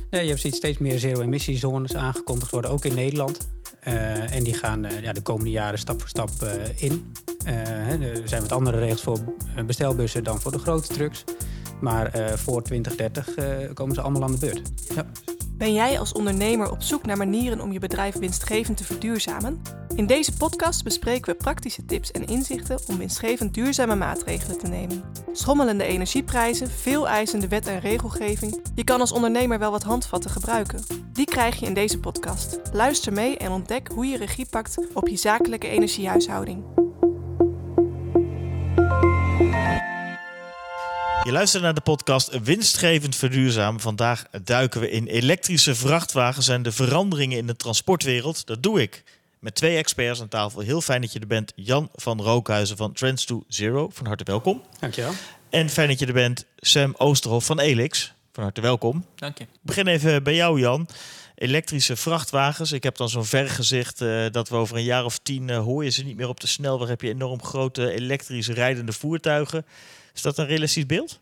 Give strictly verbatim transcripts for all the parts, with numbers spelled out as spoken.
Nee, je ziet steeds meer zero-emissiezones aangekondigd worden, ook in Nederland. Uh, en die gaan uh, ja, de komende jaren stap voor stap uh, in. Uh, er zijn wat andere regels voor bestelbussen dan voor de grote trucks. Maar uh, voor twintig dertig uh, komen ze allemaal aan de beurt. Ja. Ben jij als ondernemer op zoek naar manieren om je bedrijf winstgevend te verduurzamen? In deze podcast bespreken we praktische tips en inzichten om winstgevend duurzame maatregelen te nemen. Schommelende energieprijzen, veel eisende wet en regelgeving. Je kan als ondernemer wel wat handvatten gebruiken. Die krijg je in deze podcast. Luister mee en ontdek hoe je regie pakt op je zakelijke energiehuishouding. Je luistert naar de podcast Winstgevend Verduurzamen. Vandaag duiken we in elektrische vrachtwagens en de veranderingen in de transportwereld. Dat doe ik met twee experts aan tafel. Heel fijn dat je er bent. Jan van Rookhuizen van Trends to Zero. Van harte welkom. Dankjewel. En fijn dat je er bent. Sam Oosterhof van Elix. Van harte welkom. Dank je. Ik begin even bij jou, Jan. Elektrische vrachtwagens. Ik heb dan zo'n vergezicht uh, dat we over een jaar of tien uh, hoor je ze niet meer op de snelweg. Heb je enorm grote elektrisch rijdende voertuigen. Is dat een realistisch beeld?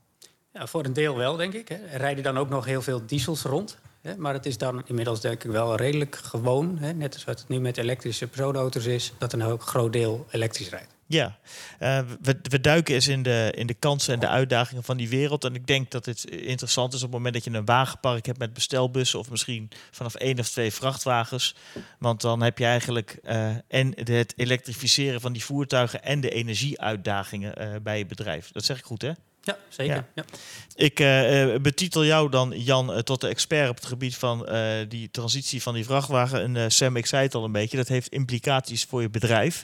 Ja, voor een deel wel, denk ik. Hè. Er rijden dan ook nog heel veel diesels rond. Hè. Maar het is dan inmiddels denk ik wel redelijk gewoon. Hè. Net als wat het nu met elektrische personenauto's is. Dat een heel groot deel elektrisch rijdt. Ja, uh, we, we duiken eens in de, in de kansen en de uitdagingen van die wereld. En ik denk dat het interessant is op het moment dat je een wagenpark hebt met bestelbussen. Of misschien vanaf één of twee vrachtwagens. Want dan heb je eigenlijk uh, en het elektrificeren van die voertuigen en de energieuitdagingen uh, bij je bedrijf. Dat zeg ik goed, hè? Ja, zeker. Ja. Ja. Ik uh, betitel jou dan, Jan, uh, tot de expert op het gebied van uh, die transitie van die vrachtwagen. En uh, Sam, ik zei het al een beetje, dat heeft implicaties voor je bedrijf.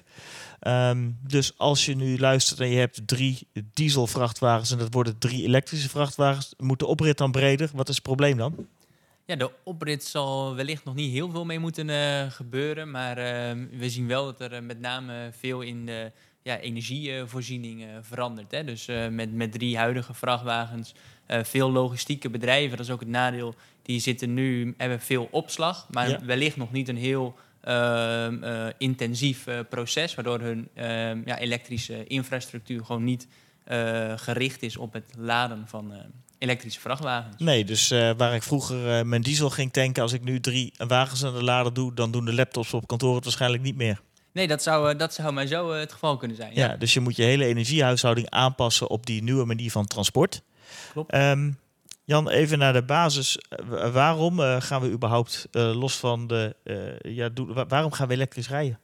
Um, dus als je nu luistert en je hebt drie dieselvrachtwagens en dat worden drie elektrische vrachtwagens, moet de oprit dan breder? Wat is het probleem dan? Ja, de oprit zal wellicht nog niet heel veel mee moeten uh, gebeuren. Maar uh, we zien wel dat er uh, met name veel in de ja, energievoorziening uh, verandert. Hè? Dus uh, met, met drie huidige vrachtwagens, uh, veel logistieke bedrijven. Dat is ook het nadeel. Die zitten nu, hebben veel opslag, maar ja. wellicht nog niet een heel Uh, uh, intensief uh, proces, waardoor hun uh, ja, elektrische infrastructuur gewoon niet uh, gericht is op het laden van uh, elektrische vrachtwagens. Nee, dus uh, waar ik vroeger uh, mijn diesel ging tanken, als ik nu drie wagens aan de lader doe, dan doen de laptops op kantoor het waarschijnlijk niet meer. Nee, dat zou, uh, dat zou maar zo uh, het geval kunnen zijn. Ja. Ja, dus je moet je hele energiehuishouding aanpassen op die nieuwe manier van transport. Klopt. Um, Jan, even naar de basis. Uh, waarom uh, gaan we überhaupt uh, los van de... Uh, ja, do- wa- waarom gaan we elektrisch rijden?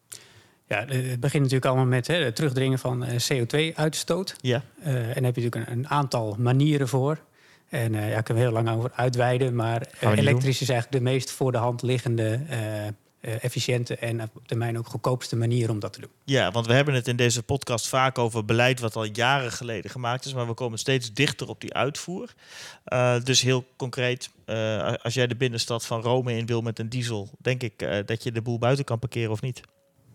Ja, het begint natuurlijk allemaal met hè, het terugdringen van uh, C O twee uitstoot. Ja. Uh, en daar heb je natuurlijk een, een aantal manieren voor. En uh, ja, ik kan er heel lang over uitweiden. Maar uh, elektrisch is eigenlijk de meest voor de hand liggende, uh, uh, efficiënte en op termijn ook goedkoopste manier om dat te doen. Ja, want we hebben het in deze podcast vaak over beleid wat al jaren geleden gemaakt is. Maar we komen steeds dichter op die uitvoer. Uh, dus heel concreet, uh, als jij de binnenstad van Rome in wil met een diesel, denk ik uh, dat je de boel buiten kan parkeren of niet?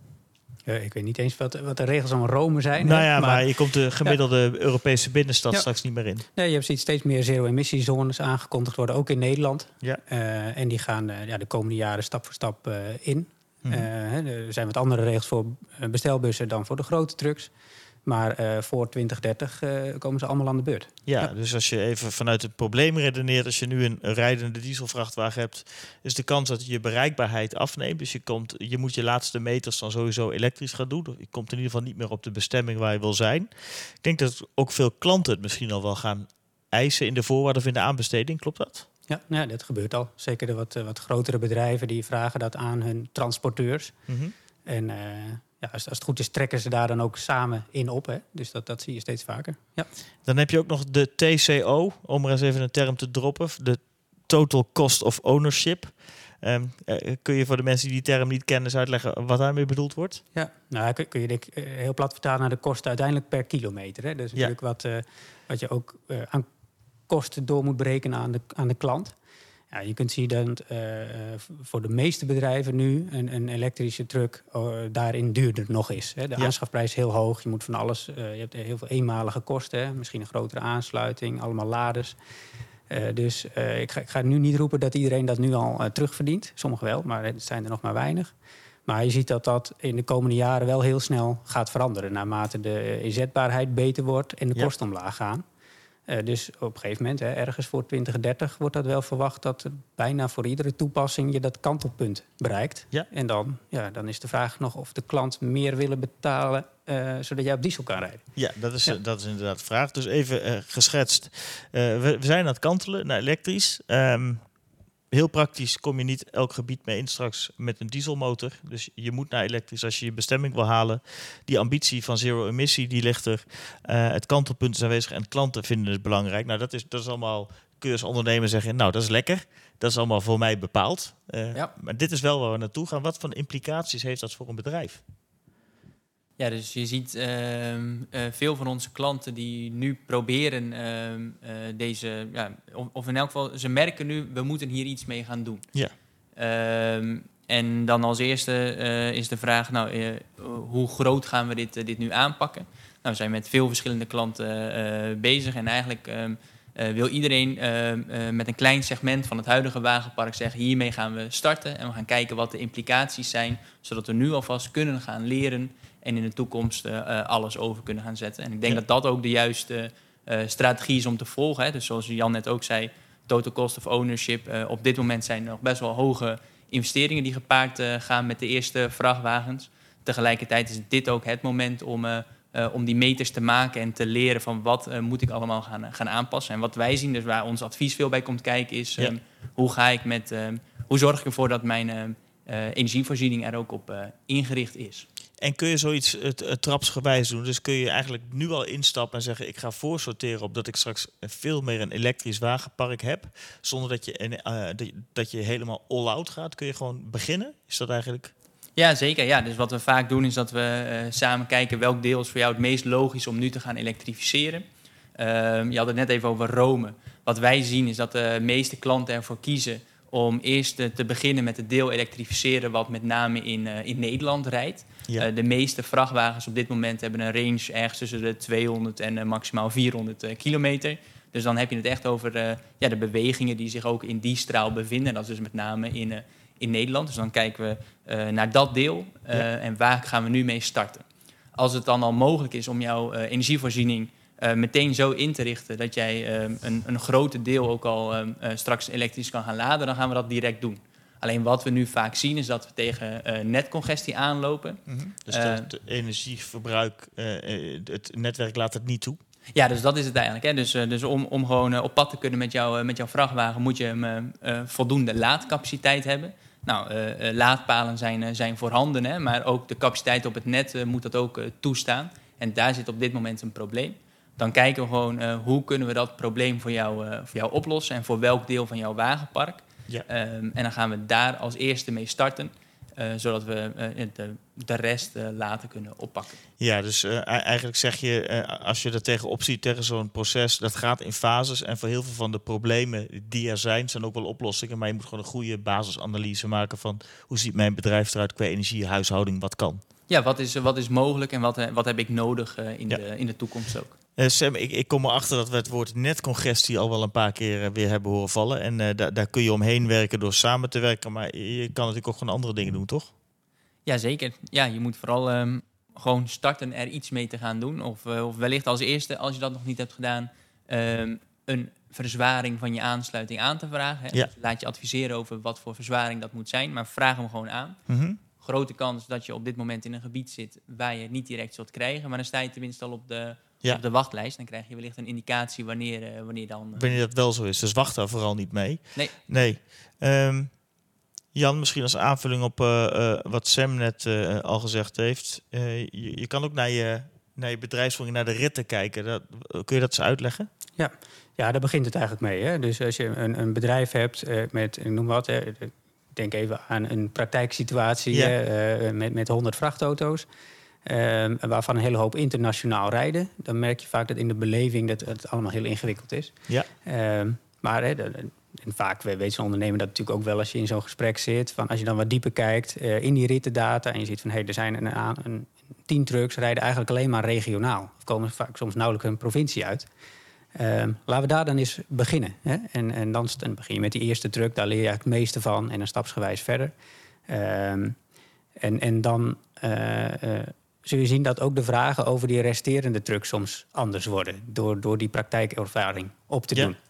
Uh, ik weet niet eens wat, wat de regels van Rome zijn. Nou hè? ja, maar, maar je komt de gemiddelde ja. Europese binnenstad ja. straks niet meer in. Nee, je ziet steeds meer zero-emissiezones aangekondigd worden, ook in Nederland. Ja. Uh, en die gaan uh, ja, de komende jaren stap voor stap uh, in. Mm-hmm. Uh, er zijn wat andere regels voor bestelbussen dan voor de grote trucks. Maar uh, voor twintig dertig uh, komen ze allemaal aan de beurt. Ja, ja, dus als je even vanuit het probleem redeneert, als je nu een rijdende dieselvrachtwagen hebt, is de kans dat je bereikbaarheid afneemt. Dus je, komt, je moet je laatste meters dan sowieso elektrisch gaan doen. Je komt in ieder geval niet meer op de bestemming waar je wil zijn. Ik denk dat ook veel klanten het misschien al wel gaan eisen in de voorwaarden of in de aanbesteding. Klopt dat? Ja, ja, dat gebeurt al. Zeker de wat, wat grotere bedrijven die vragen dat aan hun transporteurs. Mm-hmm. En uh, ja, als, als het goed is, trekken ze daar dan ook samen in op. Hè? Dus dat, dat zie je steeds vaker. Ja. Dan heb je ook nog de T C O, om er eens even een term te droppen. De Total Cost of Ownership. Um, uh, kun je voor de mensen die die term niet kennen eens uitleggen wat daarmee bedoeld wordt? Ja, nou kun, kun je dit uh, heel plat vertalen naar de kosten uiteindelijk per kilometer. Hè? Dat is natuurlijk ja. wat, uh, wat je ook uh, aan kosten door moet berekenen aan de, aan de klant. Ja, je kunt zien dat uh, voor de meeste bedrijven nu een, een elektrische truck uh, daarin duurder nog is. Hè. De ja. aanschafprijs is heel hoog. Je moet van alles. Uh, je hebt heel veel eenmalige kosten. Hè. Misschien een grotere aansluiting, allemaal laders. Uh, dus uh, ik, ga, ik ga nu niet roepen dat iedereen dat nu al uh, terugverdient. Sommigen wel, maar het zijn er nog maar weinig. Maar je ziet dat dat in de komende jaren wel heel snel gaat veranderen. Naarmate de inzetbaarheid beter wordt en de ja. kosten omlaag gaan. Uh, dus op een gegeven moment, hè, ergens voor twintig dertig... wordt dat wel verwacht dat bijna voor iedere toepassing... je dat kantelpunt bereikt. Ja. En dan, ja, dan is de vraag nog of de klant meer willen betalen... Uh, zodat jij op diesel kan rijden. Ja, dat is, ja. Uh, dat is inderdaad de vraag. Dus even uh, geschetst. Uh, we, we zijn aan het kantelen naar elektrisch. Um, heel praktisch kom je niet elk gebied mee in straks met een dieselmotor. Dus je moet naar elektrisch als je je bestemming wil halen. Die ambitie van zero emissie, die ligt er. Uh, het kantelpunt is aanwezig en klanten vinden het belangrijk. Nou, dat is, dat is allemaal, kun je als ondernemer zeggen, nou, dat is lekker. Dat is allemaal voor mij bepaald. Uh, ja. Maar dit is wel waar we naartoe gaan. Wat voor implicaties heeft dat voor een bedrijf? Ja, dus je ziet uh, uh, veel van onze klanten die nu proberen uh, uh, deze... Ja, of, of in elk geval, ze merken nu, we moeten hier iets mee gaan doen. Ja. Uh, en dan als eerste uh, is de vraag, nou, uh, hoe groot gaan we dit, uh, dit nu aanpakken? Nou, we zijn met veel verschillende klanten uh, bezig en eigenlijk... Uh, Uh, wil iedereen uh, uh, met een klein segment van het huidige wagenpark zeggen... hiermee gaan we starten en we gaan kijken wat de implicaties zijn... zodat we nu alvast kunnen gaan leren en in de toekomst uh, alles over kunnen gaan zetten. En ik denk ja. dat dat ook de juiste uh, strategie is om te volgen. Hè. Dus zoals Jan net ook zei, total cost of ownership. Uh, op dit moment zijn er nog best wel hoge investeringen die gepaard uh, gaan met de eerste vrachtwagens. Tegelijkertijd is dit ook het moment om... Uh, Uh, om die meters te maken en te leren van wat uh, moet ik allemaal gaan, uh, gaan aanpassen. En wat wij zien, dus waar ons advies veel bij komt kijken, is um, ja. hoe ga ik met, um, hoe zorg ik ervoor dat mijn uh, uh, energievoorziening er ook op uh, ingericht is. En kun je zoiets uh, trapsgewijs doen? Dus kun je eigenlijk nu al instappen en zeggen, ik ga voorsorteren op dat ik straks veel meer een elektrisch wagenpark heb, zonder dat je, uh, dat je helemaal all-out gaat. Kun je gewoon beginnen? Is dat eigenlijk... Ja, zeker. Ja. Dus wat we vaak doen is dat we uh, samen kijken welk deel is voor jou het meest logisch om nu te gaan elektrificeren. Uh, je had het net even over Rome. Wat wij zien is dat de meeste klanten ervoor kiezen om eerst te, te beginnen met het deel elektrificeren wat met name in, uh, in Nederland rijdt. Ja. Uh, de meeste vrachtwagens op dit moment hebben een range ergens tussen de tweehonderd en uh, maximaal vierhonderd uh, kilometer. Dus dan heb je het echt over uh, ja, de bewegingen die zich ook in die straal bevinden. Dat is dus met name in... Uh, in Nederland. Dus dan kijken we uh, naar dat deel uh, ja. en waar gaan we nu mee starten. Als het dan al mogelijk is om jouw uh, energievoorziening uh, meteen zo in te richten dat jij uh, een, een grote deel ook al uh, uh, straks elektrisch kan gaan laden, dan gaan we dat direct doen. Alleen wat we nu vaak zien is dat we tegen uh, netcongestie aanlopen. Mm-hmm. Dus uh, het energieverbruik, uh, het netwerk laat het niet toe? Ja, dus dat is het eigenlijk. Hè. Dus, uh, dus om, om gewoon uh, op pad te kunnen met, jou, uh, met jouw vrachtwagen moet je uh, uh, voldoende laadcapaciteit hebben. Nou, uh, uh, laadpalen zijn, uh, zijn voorhanden, hè, maar ook de capaciteit op het net uh, moet dat ook uh, toestaan. En daar zit op dit moment een probleem. Dan kijken we gewoon uh, hoe kunnen we dat probleem voor jou, uh, voor jou oplossen en voor welk deel van jouw wagenpark. Ja. Um, en dan gaan we daar als eerste mee starten. Uh, zodat we uh, de, de rest uh, later kunnen oppakken. Ja, dus uh, eigenlijk zeg je, uh, als je er tegenop ziet tegen zo'n proces, dat gaat in fases. En voor heel veel van de problemen die er zijn, zijn ook wel oplossingen. Maar je moet gewoon een goede basisanalyse maken van hoe ziet mijn bedrijf eruit qua energie, huishouding, wat kan. Ja, wat is, wat is mogelijk en wat, wat heb ik nodig uh, in, ja. de, in de toekomst ook. Uh, Sam, ik, ik kom erachter dat we het woord netcongestie al wel een paar keer uh, weer hebben horen vallen. En uh, da- daar kun je omheen werken door samen te werken. Maar je kan natuurlijk ook gewoon andere dingen doen, toch? Ja, zeker. Ja, je moet vooral um, gewoon starten er iets mee te gaan doen. Of, uh, of wellicht als eerste, als je dat nog niet hebt gedaan, um, een verzwaring van je aansluiting aan te vragen. Hè? Ja. Dus laat je adviseren over wat voor verzwaring dat moet zijn. Maar vraag hem gewoon aan. Mm-hmm. Grote kans dat je op dit moment in een gebied zit waar je het niet direct zult krijgen. Maar dan sta je tenminste al op de... Ja. op de wachtlijst. Dan krijg je wellicht een indicatie wanneer, uh, wanneer dan... Uh... Wanneer dat wel zo is. Dus wacht daar vooral niet mee. Nee. Nee. Um, Jan, misschien als aanvulling op uh, uh, wat Sam net uh, al gezegd heeft. Uh, je, je kan ook naar je, naar je bedrijfsvoering, naar de ritten kijken. Dat, kun je dat eens uitleggen? Ja. ja, daar begint het eigenlijk mee. Hè? Dus als je een, een bedrijf hebt uh, met, ik noem wat... Hè, denk even aan een praktijksituatie ja. uh, met, met honderd vrachtauto's. Um, waarvan een hele hoop internationaal rijden. Dan merk je vaak dat in de beleving dat het allemaal heel ingewikkeld is. Ja. Um, maar he, de, en vaak weet zo'n ondernemer dat natuurlijk ook wel als je in zo'n gesprek zit. Van als je dan wat dieper kijkt uh, in die rittendata en je ziet van hey, er zijn een, een, een tien trucks rijden eigenlijk alleen maar regionaal. Of komen vaak soms nauwelijks een provincie uit. Um, laten we daar dan eens beginnen. Hè? En, en dan, dan begin je met die eerste truck, daar leer je eigenlijk het meeste van en dan stapsgewijs verder. Um, en, en dan uh, uh, zul je zien dat ook de vragen over die resterende trucks soms anders worden. Door, door die praktijkervaring op te Ja. doen.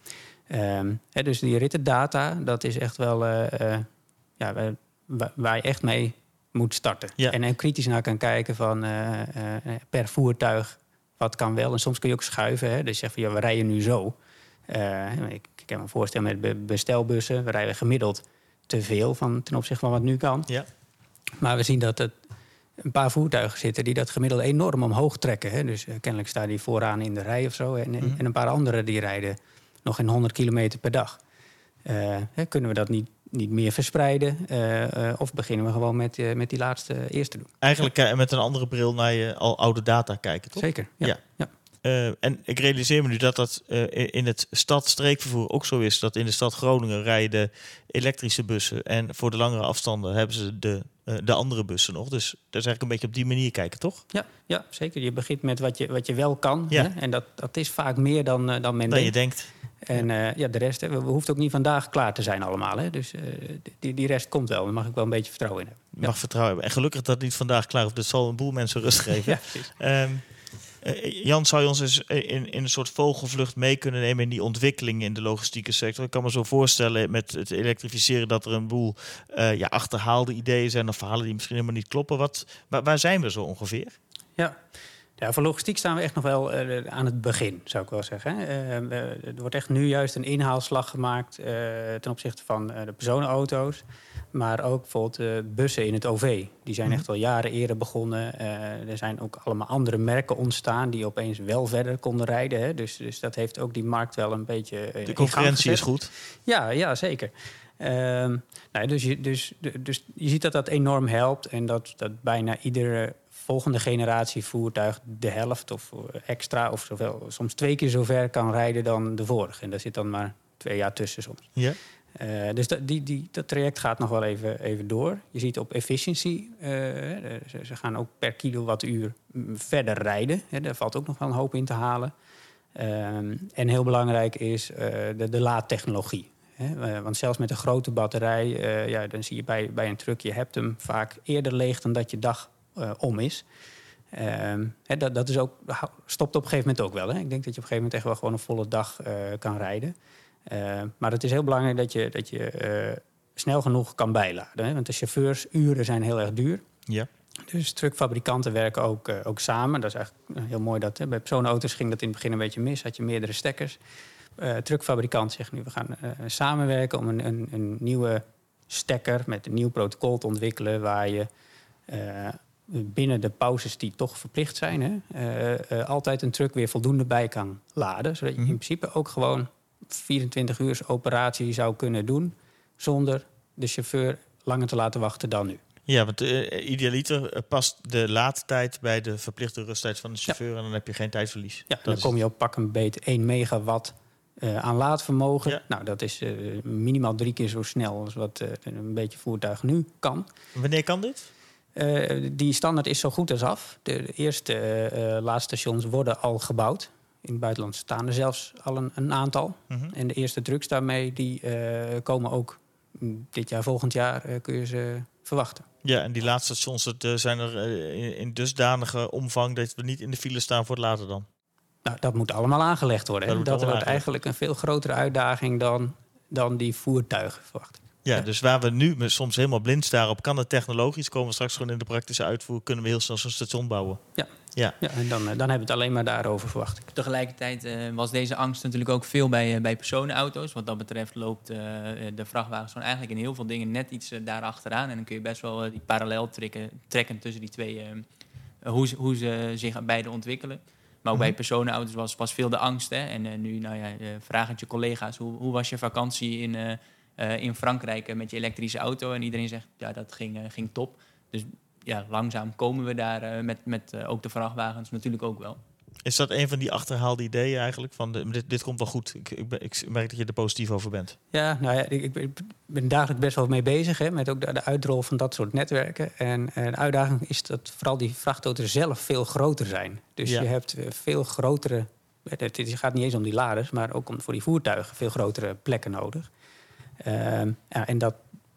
Um, hè, dus die rittendata, dat is echt wel uh, uh, ja, waar, waar je echt mee moet starten. Ja. En er kritisch naar kan kijken van uh, uh, per voertuig wat kan wel. En soms kun je ook schuiven. Hè? Dus je zegt van ja, we rijden nu zo. Uh, ik, ik kan me voorstellen met bestelbussen. We rijden gemiddeld te veel van, ten opzichte van wat nu kan. Ja. Maar we zien dat het een paar voertuigen zitten die dat gemiddeld enorm omhoog trekken. Hè? Dus uh, kennelijk staan die vooraan in de rij of zo. En, Mm-hmm. en een paar anderen die rijden nog in honderd kilometer per dag. Uh, hè, kunnen we dat niet, niet meer verspreiden? Uh, uh, of beginnen we gewoon met, uh, met die laatste eerste doen? Eigenlijk uh, met een andere bril naar je al oude data kijken, toch? Zeker, ja. Ja. ja. Uh, en ik realiseer me nu dat dat uh, in het stad-streekvervoer ook zo is. Dat in de stad Groningen rijden elektrische bussen. En voor de langere afstanden hebben ze de, uh, de andere bussen nog. Dus dat is eigenlijk een beetje op die manier kijken, toch? Ja, ja zeker. Je begint met wat je, wat je wel kan. Ja. Hè? En dat, dat is vaak meer dan, uh, dan men Dan denkt. je denkt. En uh, ja, de rest, hè, we, we hoeven ook niet vandaag klaar te zijn allemaal. Hè? Dus uh, die, die rest komt wel. Daar mag ik wel een beetje vertrouwen in hebben. Je mag vertrouwen hebben. En gelukkig dat niet vandaag klaar is. Dat zal een boel mensen rust geven. Ja, precies. Um, Uh, Jan, zou je ons eens in, in een soort vogelvlucht mee kunnen nemen in die ontwikkeling in de logistieke sector? Ik kan me zo voorstellen met het elektrificeren dat er een boel uh, ja, achterhaalde ideeën zijn of verhalen die misschien helemaal niet kloppen. Wat, waar, waar zijn we zo ongeveer? Ja. Ja, voor logistiek staan we echt nog wel uh, aan het begin, zou ik wel zeggen. Uh, uh, er wordt echt nu juist een inhaalslag gemaakt uh, ten opzichte van uh, de personenauto's. Maar ook bijvoorbeeld uh, bussen in het O V. Die zijn echt al jaren eerder begonnen. Uh, er zijn ook allemaal andere merken ontstaan die opeens wel verder konden rijden. Hè. Dus, dus dat heeft ook die markt wel een beetje uh, de concurrentie is goed. Ja, ja zeker. Uh, nou, dus, je, dus, dus je ziet dat dat enorm helpt. En dat, dat bijna iedere volgende generatie voertuig de helft of extra of zoveel, soms twee keer zo ver kan rijden dan de vorige. En daar zit dan maar twee jaar tussen soms. Ja. Uh, dus dat, die, die, dat traject gaat nog wel even, even door. Je ziet op efficiëntie, uh, ze, ze gaan ook per kilowattuur verder rijden. Hè, daar valt ook nog wel een hoop in te halen. Uh, en heel belangrijk is uh, de, de laadtechnologie. Hè, uh, want zelfs met een grote batterij, uh, ja, dan zie je bij, bij een truck, je hebt hem vaak eerder leeg dan dat je dag uh, om is. Uh, hè, dat, dat is ook, stopt op een gegeven moment ook wel. Hè. Ik denk dat je op een gegeven moment echt wel gewoon een volle dag uh, kan rijden. Uh, maar het is heel belangrijk dat je, dat je uh, snel genoeg kan bijladen. Hè? Want de chauffeursuren zijn heel erg duur. Ja. Dus truckfabrikanten werken ook, uh, ook samen. Dat is eigenlijk heel mooi. Dat, hè? Bij personenauto's ging dat in het begin een beetje mis. Had je meerdere stekkers. Uh, truckfabrikant zegt nu, we gaan uh, samenwerken om een, een, een nieuwe stekker met een nieuw protocol te ontwikkelen waar je uh, binnen de pauzes die toch verplicht zijn, hè, uh, uh, altijd een truck weer voldoende bij kan laden. Zodat je in principe ook gewoon vierentwintig uur operatie zou kunnen doen zonder de chauffeur langer te laten wachten dan nu. Ja, want uh, idealiter uh, past de laadtijd bij de verplichte rusttijd van de chauffeur, ja. En dan heb je geen tijdverlies. Ja, dat dan kom je op pak een beet één megawatt uh, aan laadvermogen. Ja. Nou, dat is uh, minimaal drie keer zo snel als wat uh, een beetje voertuig nu kan. Wanneer kan dit? Uh, die standaard is zo goed als af. De, de eerste uh, laadstations worden al gebouwd. In het buitenland staan er zelfs al een, een aantal. Mm-hmm. En de eerste trucks daarmee die uh, komen ook dit jaar, volgend jaar uh, kun je ze verwachten. Ja, en die laatste stations dat, uh, zijn er uh, in, in dusdanige omvang dat we niet in de file staan voor het later dan. Nou, dat moet allemaal aangelegd worden. Dat, dat wordt eigenlijk een veel grotere uitdaging dan, dan die voertuigen, verwacht ik. Ja, Ja. Dus waar we nu soms helemaal blind staren op, kan het technologisch, komen we straks gewoon in de praktische uitvoer, kunnen we heel snel zo'n station bouwen. Ja, ja. ja en dan, dan hebben we het alleen maar daarover, verwacht ik. Tegelijkertijd uh, was deze angst natuurlijk ook veel bij, uh, bij personenauto's. Wat dat betreft loopt uh, de vrachtwagens gewoon eigenlijk in heel veel dingen net iets uh, daarachteraan. En dan kun je best wel uh, die parallel trekken, trekken tussen die twee, uh, hoe, ze, hoe ze zich beide ontwikkelen. Maar ook mm-hmm. bij personenauto's was, was veel de angst. Hè? En uh, nu, nou ja, uh, vraag het je collega's, hoe, hoe was je vakantie in... Uh, Uh, in Frankrijk uh, met je elektrische auto. En iedereen zegt, ja, dat ging, uh, ging top. Dus ja, langzaam komen we daar uh, met, met uh, ook de vrachtwagens natuurlijk ook wel. Is dat een van die achterhaalde ideeën eigenlijk? Van de, dit, dit komt wel goed. Ik, ik, ik merk dat je er positief over bent. Ja, nou ja, ik, ik ben dagelijks best wel mee bezig. Hè, met ook de, de uitrol van dat soort netwerken. En, en de uitdaging is dat vooral die vrachtauto's zelf veel groter zijn. Dus ja. je hebt uh, veel grotere... Het, het gaat niet eens om die laders, maar ook om voor die voertuigen veel grotere plekken nodig. Uh, ja, en dat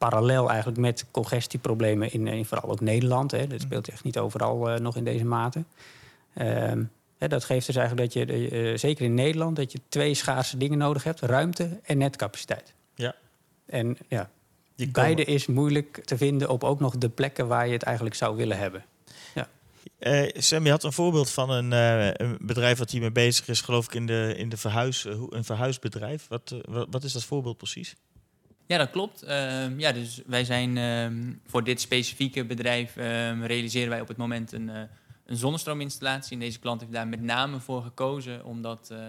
parallel eigenlijk met congestieproblemen in, in vooral ook Nederland. Hè. Dat speelt echt niet overal uh, nog in deze mate. Um, hè, dat geeft dus eigenlijk dat je, uh, zeker in Nederland, dat je twee schaarse dingen nodig hebt. Ruimte en netcapaciteit. Ja. En ja, Die beide is moeilijk te vinden op ook nog de plekken waar je het eigenlijk zou willen hebben. Ja. Uh, Sam, je had een voorbeeld van een, uh, een bedrijf wat hiermee bezig is, geloof ik, in de, in de verhuis, uh, een verhuisbedrijf. Wat, uh, wat, wat is dat voorbeeld precies? Ja, dat klopt. Uh, ja, dus wij zijn uh, voor dit specifieke bedrijf uh, realiseren wij op het moment een, uh, een zonnestroominstallatie. En deze klant heeft daar met name voor gekozen, omdat uh,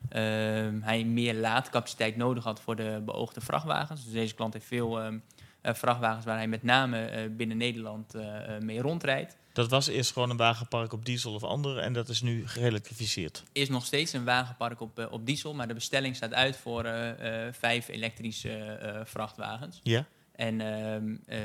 uh, hij meer laadcapaciteit nodig had voor de beoogde vrachtwagens. Dus deze klant heeft veel uh, uh, vrachtwagens waar hij met name uh, binnen Nederland uh, mee rondrijdt. Dat was eerst gewoon een wagenpark op diesel of andere en dat is nu geëlektrificeerd. Is nog steeds een wagenpark op, uh, op diesel, maar de bestelling staat uit voor uh, uh, vijf elektrische uh, vrachtwagens. Ja. En uh,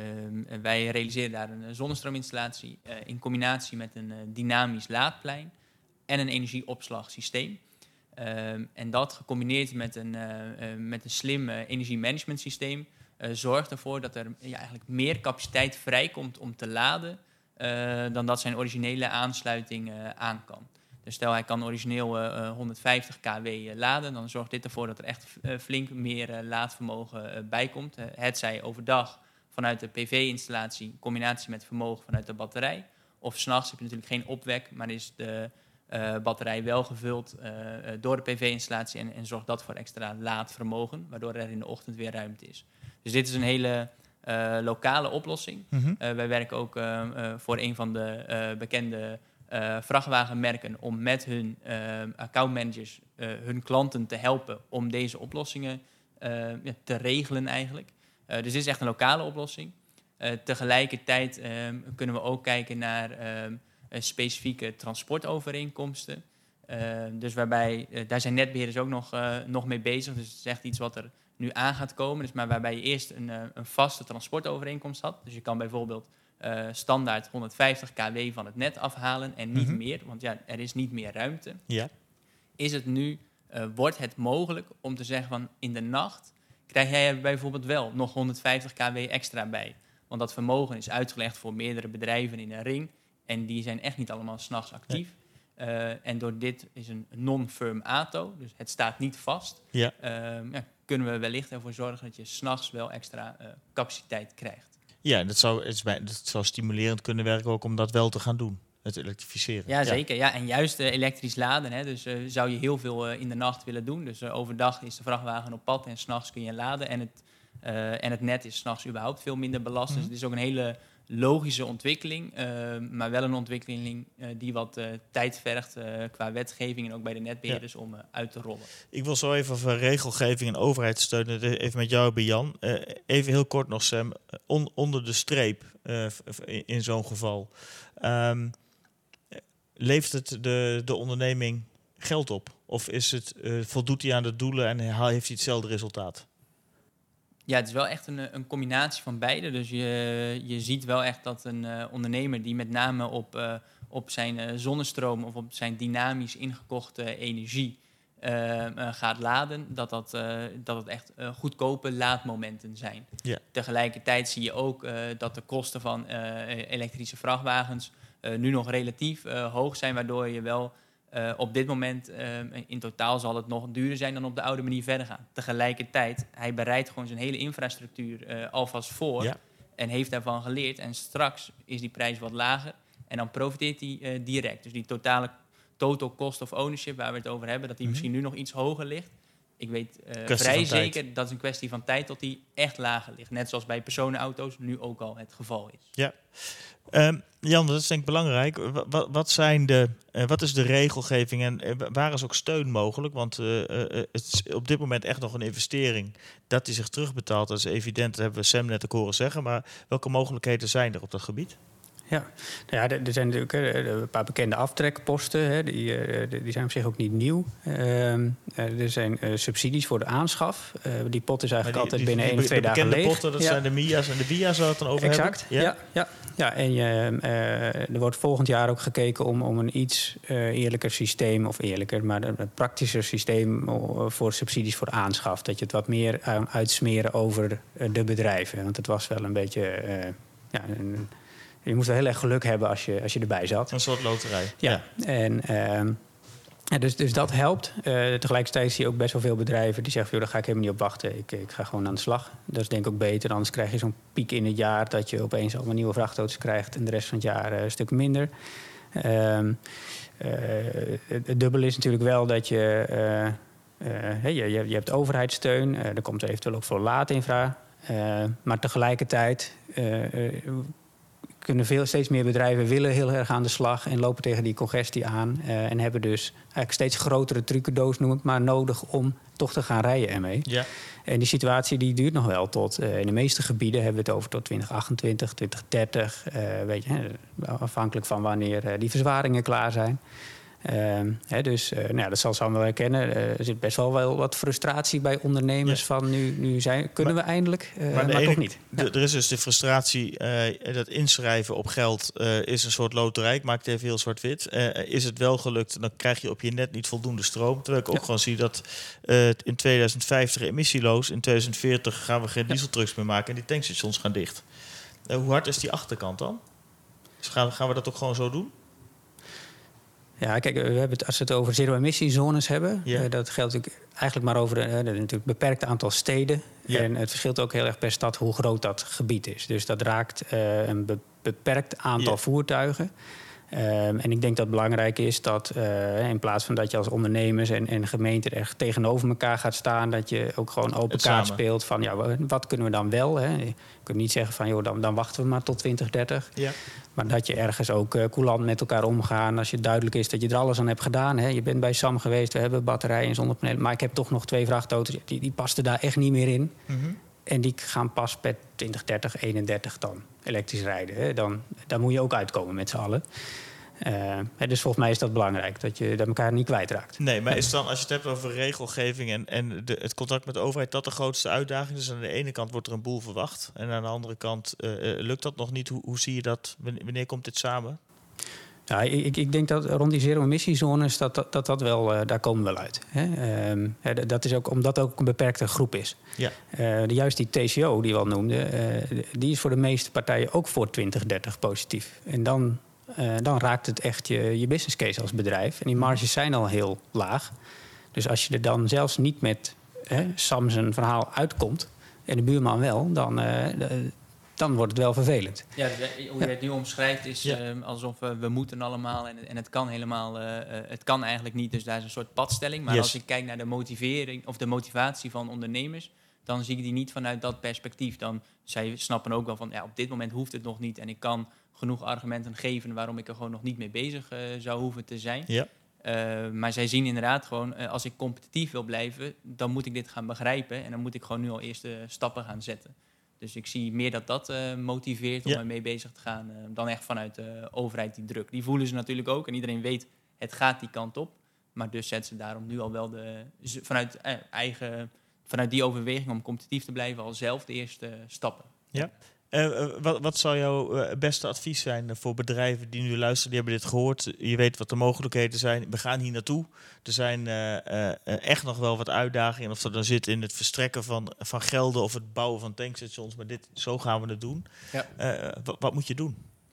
uh, wij realiseren daar een zonnestroominstallatie uh, in combinatie met een uh, dynamisch laadplein en een energieopslagsysteem. Uh, en dat gecombineerd met een, uh, uh, met een slim uh, energiemanagementsysteem uh, zorgt ervoor dat er ja, eigenlijk meer capaciteit vrijkomt om te laden Uh, dan dat zijn originele aansluiting uh, aan kan. Dus stel hij kan origineel uh, honderdvijftig kilowatt uh, laden, dan zorgt dit ervoor dat er echt uh, flink meer uh, laadvermogen uh, bij komt. Uh, het zij overdag vanuit de P V-installatie in combinatie met vermogen vanuit de batterij. Of 's nachts heb je natuurlijk geen opwek, maar is de uh, batterij wel gevuld uh, door de P V-installatie en, en zorgt dat voor extra laadvermogen, waardoor er in de ochtend weer ruimte is. Dus dit is een hele Uh, lokale oplossing. Mm-hmm. Uh, wij werken ook uh, uh, voor een van de uh, bekende uh, vrachtwagenmerken om met hun uh, accountmanagers uh, hun klanten te helpen om deze oplossingen uh, ja, te regelen eigenlijk. Uh, dus dit is echt een lokale oplossing. Uh, tegelijkertijd uh, kunnen we ook kijken naar uh, uh, specifieke transportovereenkomsten. Uh, dus waarbij, uh, daar zijn netbeheerders ook nog, uh, nog mee bezig. Dus het is echt iets wat er nu aan gaat komen. Dus maar waarbij je eerst een, uh, een vaste transportovereenkomst had. Dus je kan bijvoorbeeld uh, standaard honderdvijftig kilowatt van het net afhalen en niet Mm-hmm. meer. Want ja, er is niet meer ruimte. Ja. Is het nu, uh, wordt het mogelijk om te zeggen van in de nacht krijg jij er bijvoorbeeld wel nog honderdvijftig kilowatt extra bij. Want dat vermogen is uitgelegd voor meerdere bedrijven in een ring. En die zijn echt niet allemaal 's nachts actief. Nee. Uh, en door dit is een non-firm A T O, dus het staat niet vast. Ja. Uh, ja, kunnen we wellicht ervoor zorgen dat je 's nachts wel extra uh, capaciteit krijgt. Ja, dat zou, het is bij, dat zou stimulerend kunnen werken ook om dat wel te gaan doen. Het elektrificeren. Ja, zeker. Ja. Ja, en juist uh, elektrisch laden. Hè, dus uh, zou je heel veel uh, in de nacht willen doen. Dus uh, overdag is de vrachtwagen op pad en 's nachts kun je laden. En het, uh, en het net is 's nachts überhaupt veel minder belast. Mm-hmm. Dus het is ook een hele logische ontwikkeling. Uh, maar wel een ontwikkeling uh, die wat uh, tijd vergt uh, qua wetgeving en ook bij de netbeheerders ja. om uh, uit te rollen. Ik wil zo even over regelgeving en overheidssteun. Even met jou, Bian. Uh, even heel kort nog, Sam. On, onder de streep uh, in, in zo'n geval. Um, levert het de, de onderneming geld op? Of is het, uh, voldoet hij aan de doelen en heeft hij hetzelfde resultaat? Ja, het is wel echt een, een combinatie van beide. Dus je, je ziet wel echt dat een uh, ondernemer die met name op, uh, op zijn uh, zonnestroom of op zijn dynamisch ingekochte energie uh, uh, gaat laden, dat dat, uh, dat het echt uh, goedkope laadmomenten zijn. Ja. Tegelijkertijd zie je ook uh, dat de kosten van uh, elektrische vrachtwagens uh, nu nog relatief uh, hoog zijn, waardoor je wel Uh, op dit moment, uh, in totaal zal het nog duurder zijn dan op de oude manier verder gaan. Tegelijkertijd, hij bereidt gewoon zijn hele infrastructuur uh, alvast voor ja. en heeft daarvan geleerd. En straks is die prijs wat lager en dan profiteert hij uh, direct. Dus die totale total cost of ownership waar we het over hebben, dat die mm-hmm. misschien nu nog iets hoger ligt. Ik weet uh, vrij zeker, dat is een kwestie van tijd tot die echt lager ligt. Net zoals bij personenauto's nu ook al het geval is. Ja. Um, Jan, dat is denk ik belangrijk. Wat, wat, zijn de, uh, wat is de regelgeving en uh, waar is ook steun mogelijk? Want uh, uh, het is op dit moment echt nog een investering. Dat die zich terugbetaalt, dat is evident. Dat hebben we Sam net ook horen zeggen. Maar welke mogelijkheden zijn er op dat gebied? Ja, nou ja, er zijn natuurlijk een paar bekende aftrekposten. Hè, die, die zijn op zich ook niet nieuw. Uh, er zijn uh, subsidies voor de aanschaf. Uh, die pot is eigenlijk die, altijd die, binnen die, één of twee dagen leeg. De bekende potten, dat ja. zijn de M I A's en de W I A's waar we het dan over exact, hebben. Exact, ja. ja, ja. Ja, en uh, uh, er wordt volgend jaar ook gekeken om, om een iets uh, eerlijker systeem... of eerlijker, maar een, een praktischer systeem voor subsidies voor aanschaf. Dat je het wat meer uh, uitsmeren over uh, de bedrijven. Want het was wel een beetje... Uh, ja, een, je moest wel heel erg geluk hebben als je, als je erbij zat. Een soort loterij. Ja, ja. En, uh, ja, dus, dus dat helpt. Uh, tegelijkertijd zie je ook best wel veel bedrijven die zeggen... Joh, daar ga ik helemaal niet op wachten, ik, ik ga gewoon aan de slag. Dat is denk ik ook beter, anders krijg je zo'n piek in het jaar... dat je opeens allemaal nieuwe vrachtauto's krijgt... en de rest van het jaar uh, een stuk minder. Uh, uh, het dubbele is natuurlijk wel dat je... Uh, uh, hey, je, je hebt overheidssteun, uh, er komt eventueel ook voor laadinfra... Uh, maar tegelijkertijd... Uh, uh, kunnen veel, steeds meer bedrijven willen heel erg aan de slag... en lopen tegen die congestie aan. Uh, en hebben dus eigenlijk steeds grotere trucendoos, noem ik maar... nodig om toch te gaan rijden ermee. Ja. En die situatie die duurt nog wel tot... Uh, in de meeste gebieden hebben we het over tot twintig achtentwintig, twintig dertig. Uh, weet je, afhankelijk van wanneer uh, die verzwaringen klaar zijn. Uh, hè, dus uh, nou ja, dat zal Sam wel herkennen. Uh, er zit best wel, wel wat frustratie bij ondernemers... Ja. van nu, nu zijn, kunnen maar, we eindelijk, uh, maar, maar ene, toch niet. Ja. Er is dus de frustratie, uh, dat inschrijven op geld uh, is een soort loterij. Ik maak het even heel zwart-wit. Uh, is het wel gelukt, dan krijg je op je net niet voldoende stroom. Terwijl ik ook ja. gewoon zie dat uh, in tweeduizend vijftig emissieloos... in tweeduizend veertig gaan we geen ja. dieseltrucks meer maken... en die tankstations gaan dicht. Uh, hoe hard is die achterkant dan? Dus gaan, gaan we dat ook gewoon zo doen? Ja, kijk, we hebben het, als we het over zero-emissiezones hebben... Ja. Uh, dat geldt natuurlijk eigenlijk maar over uh, een natuurlijk beperkt aantal steden. Ja. En het verschilt ook heel erg per stad hoe groot dat gebied is. Dus dat raakt uh, een be- beperkt aantal ja. voertuigen. Um, en ik denk dat het belangrijk is dat uh, in plaats van dat je als ondernemers en, en gemeenten er tegenover elkaar gaat staan... dat je ook gewoon open kaart speelt van ja, wat kunnen we dan wel? Hè? Je kunt niet zeggen van joh, dan, dan wachten we maar tot twintig dertig. Ja. Maar dat je ergens ook uh, coulant met elkaar omgaan. Als je duidelijk is dat je er alles aan hebt gedaan. Hè? Je bent bij Sam geweest, we hebben batterijen en zonnepanelen. Maar ik heb toch nog twee vrachtauto's, die, die pasten daar echt niet meer in. Mm-hmm. En die gaan pas per twintig dertig, eenendertig dan elektrisch rijden. Hè? Dan, daar moet je ook uitkomen met z'n allen. Uh, dus volgens mij is dat belangrijk, dat je dat elkaar niet kwijtraakt. Nee, maar is dan, als je het hebt over regelgeving en, en de, het contact met de overheid... dat de grootste uitdaging is? Dus aan de ene kant wordt er een boel verwacht... en aan de andere kant uh, lukt dat nog niet. Hoe, hoe zie je dat? Wanneer komt dit samen? Ja, ik, ik denk dat rond die zero-emissiezones, dat dat, dat, dat wel, uh, daar komen we wel uit. Hè? Um, dat is ook omdat het ook een beperkte groep is. Ja. Uh, juist die T C O die we al noemden, uh, die is voor de meeste partijen ook voor twintig dertig positief. En dan... Uh, dan raakt het echt je, je business case als bedrijf. En die marges zijn al heel laag. Dus als je er dan zelfs niet met hè, Sam zijn verhaal uitkomt... en de buurman wel, dan, uh, dan wordt het wel vervelend. Ja, hoe je het nu omschrijft is ja. uh, alsof we, we moeten allemaal... en, en het kan helemaal, uh, uh, het kan eigenlijk niet. Dus daar is een soort padstelling. Maar yes. als ik kijk naar de motivering of de motivatie van ondernemers... dan zie ik die niet vanuit dat perspectief. Dan zij snappen ook wel van, ja, op dit moment hoeft het nog niet... en ik kan genoeg argumenten geven waarom ik er gewoon nog niet mee bezig uh, zou hoeven te zijn. Ja. Uh, maar zij zien inderdaad gewoon, uh, als ik competitief wil blijven... dan moet ik dit gaan begrijpen en dan moet ik gewoon nu al eerste stappen gaan zetten. Dus ik zie meer dat dat uh, motiveert om ja. ermee bezig te gaan... Uh, dan echt vanuit de overheid die druk. Die voelen ze natuurlijk ook en iedereen weet, het gaat die kant op. Maar dus zetten ze daarom nu al wel de, vanuit uh, eigen... vanuit die overweging om competitief te blijven... al zelf de eerste stappen. Ja. Uh, wat, wat zou jouw uh, beste advies zijn voor bedrijven die nu luisteren? Die hebben dit gehoord. Je weet wat de mogelijkheden zijn. We gaan hier naartoe. Er zijn uh, uh, echt nog wel wat uitdagingen. Of dat dan zit in het verstrekken van, van gelden... of het bouwen van tankstations. Maar dit, zo gaan we het doen. Ja. Uh, wat, wat moet je doen?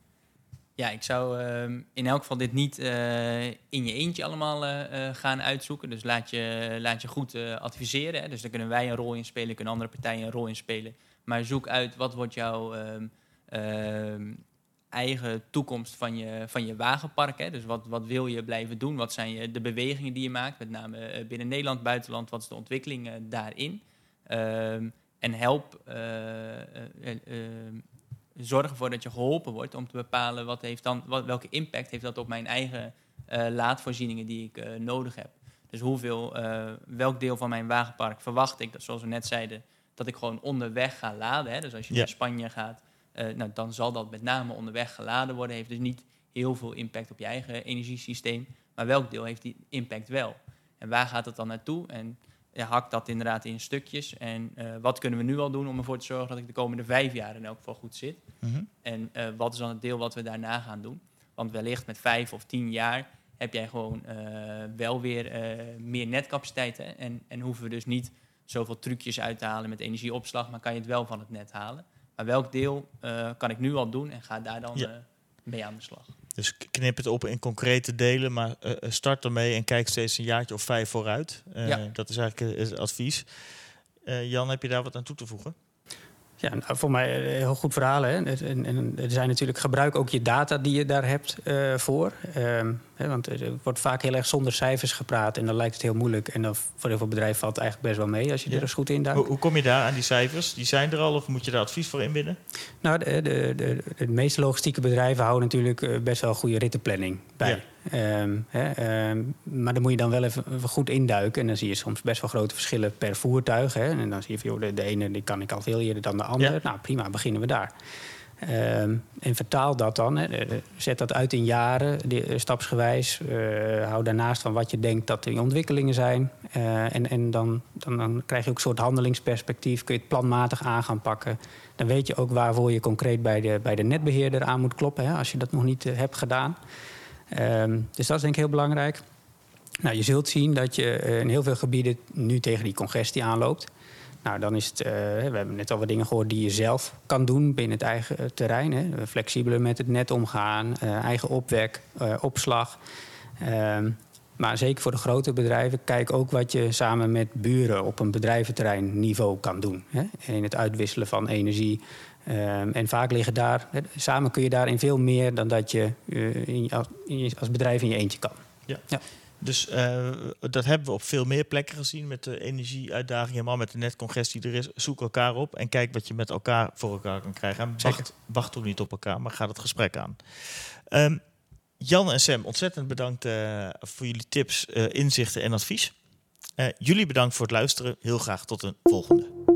Ja, ik zou uh, in elk geval dit niet uh, in je eentje allemaal uh, gaan uitzoeken. Dus laat je, laat je goed uh, adviseren. Hè. Dus daar kunnen wij een rol in spelen, kunnen andere partijen een rol in spelen. Maar zoek uit wat wordt jouw uh, uh, eigen toekomst van je, van je wagenpark. Hè. Dus wat, wat wil je blijven doen? Wat zijn je, de bewegingen die je maakt? Met name uh, binnen Nederland, buitenland. Wat is de ontwikkeling uh, daarin? Uh, en help... Uh, uh, uh, Zorg ervoor dat je geholpen wordt om te bepalen wat heeft dan, wat, welke impact heeft dat op mijn eigen uh, laadvoorzieningen die ik uh, nodig heb. Dus hoeveel, uh, welk deel van mijn wagenpark verwacht ik, dat, zoals we net zeiden, dat ik gewoon onderweg ga laden. Hè? Dus als je ja. naar Spanje gaat, Uh, nou, dan zal dat met name onderweg geladen worden. Heeft dus niet heel veel impact op je eigen energiesysteem. Maar welk deel heeft die impact wel? En waar gaat het dan naartoe? En ja, hak dat inderdaad in stukjes. En uh, wat kunnen we nu al doen om ervoor te zorgen dat ik de komende vijf jaar in elk geval goed zit? Mm-hmm. En uh, wat is dan het deel wat we daarna gaan doen? Want wellicht met vijf of tien jaar heb jij gewoon uh, wel weer uh, meer netcapaciteit. Hè? En, en hoeven we dus niet zoveel trucjes uit te halen met energieopslag, maar kan je het wel van het net halen. Maar welk deel uh, kan ik nu al doen en ga daar dan ja. uh, mee aan de slag? Dus knip het op in concrete delen, maar uh, start ermee en kijk steeds een jaartje of vijf vooruit. Uh, ja. Dat is eigenlijk het advies. Uh, Jan, heb je daar wat aan toe te voegen? Ja, nou, voor mij een heel goed verhaal. Hè? En, en er zijn natuurlijk, gebruik ook je data die je daar hebt uh, voor. Um, hè, want er wordt vaak heel erg zonder cijfers gepraat en dan lijkt het heel moeilijk. En dan voor heel veel bedrijven valt het eigenlijk best wel mee als je ja. er eens goed in duikt. Hoe, hoe kom je daar aan die cijfers? Die zijn er al of moet je daar advies voor inbinnen? Nou, de, de, de, de meeste logistieke bedrijven houden natuurlijk best wel een goede rittenplanning bij. Ja. Um, hè, um, maar dan moet je dan wel even, even goed induiken. En dan zie je soms best wel grote verschillen per voertuig. Hè. En dan zie je van, joh, de, de ene die kan ik al veel eerder dan de andere. Ja. Nou, prima, beginnen we daar. Um, en vertaal dat dan. Hè. Zet dat uit in jaren, die, stapsgewijs. Uh, hou daarnaast van wat je denkt dat die ontwikkelingen zijn. Uh, en en dan, dan, dan krijg je ook een soort handelingsperspectief. Kun je het planmatig aan gaan pakken. Dan weet je ook waarvoor je concreet bij de, bij de netbeheerder aan moet kloppen. Hè, als je dat nog niet uh, hebt gedaan. Um, dus dat is denk ik heel belangrijk. Nou, je zult zien dat je uh, in heel veel gebieden nu tegen die congestie aanloopt. Nou, dan is het, uh, we hebben net al wat dingen gehoord die je zelf kan doen binnen het eigen uh, terrein. Hè. Flexibeler met het net omgaan, uh, eigen opwek, uh, opslag. Um, maar zeker voor de grote bedrijven, kijk ook wat je samen met buren op een bedrijventerrein niveau kan doen. Hè. In het uitwisselen van energie. Um, en vaak liggen daar, samen kun je daarin veel meer dan dat je uh, in, als, in, als bedrijf in je eentje kan. Ja. Ja. Dus uh, dat hebben we op veel meer plekken gezien met de energieuitdaging, helemaal met de netcongestie er is. Zoek elkaar op en kijk wat je met elkaar voor elkaar kan krijgen. En wacht, wacht ook niet op elkaar, maar ga het gesprek aan. Um, Jan en Sam, ontzettend bedankt uh, voor jullie tips, uh, inzichten en advies. Uh, jullie bedankt voor het luisteren. Heel graag tot een volgende.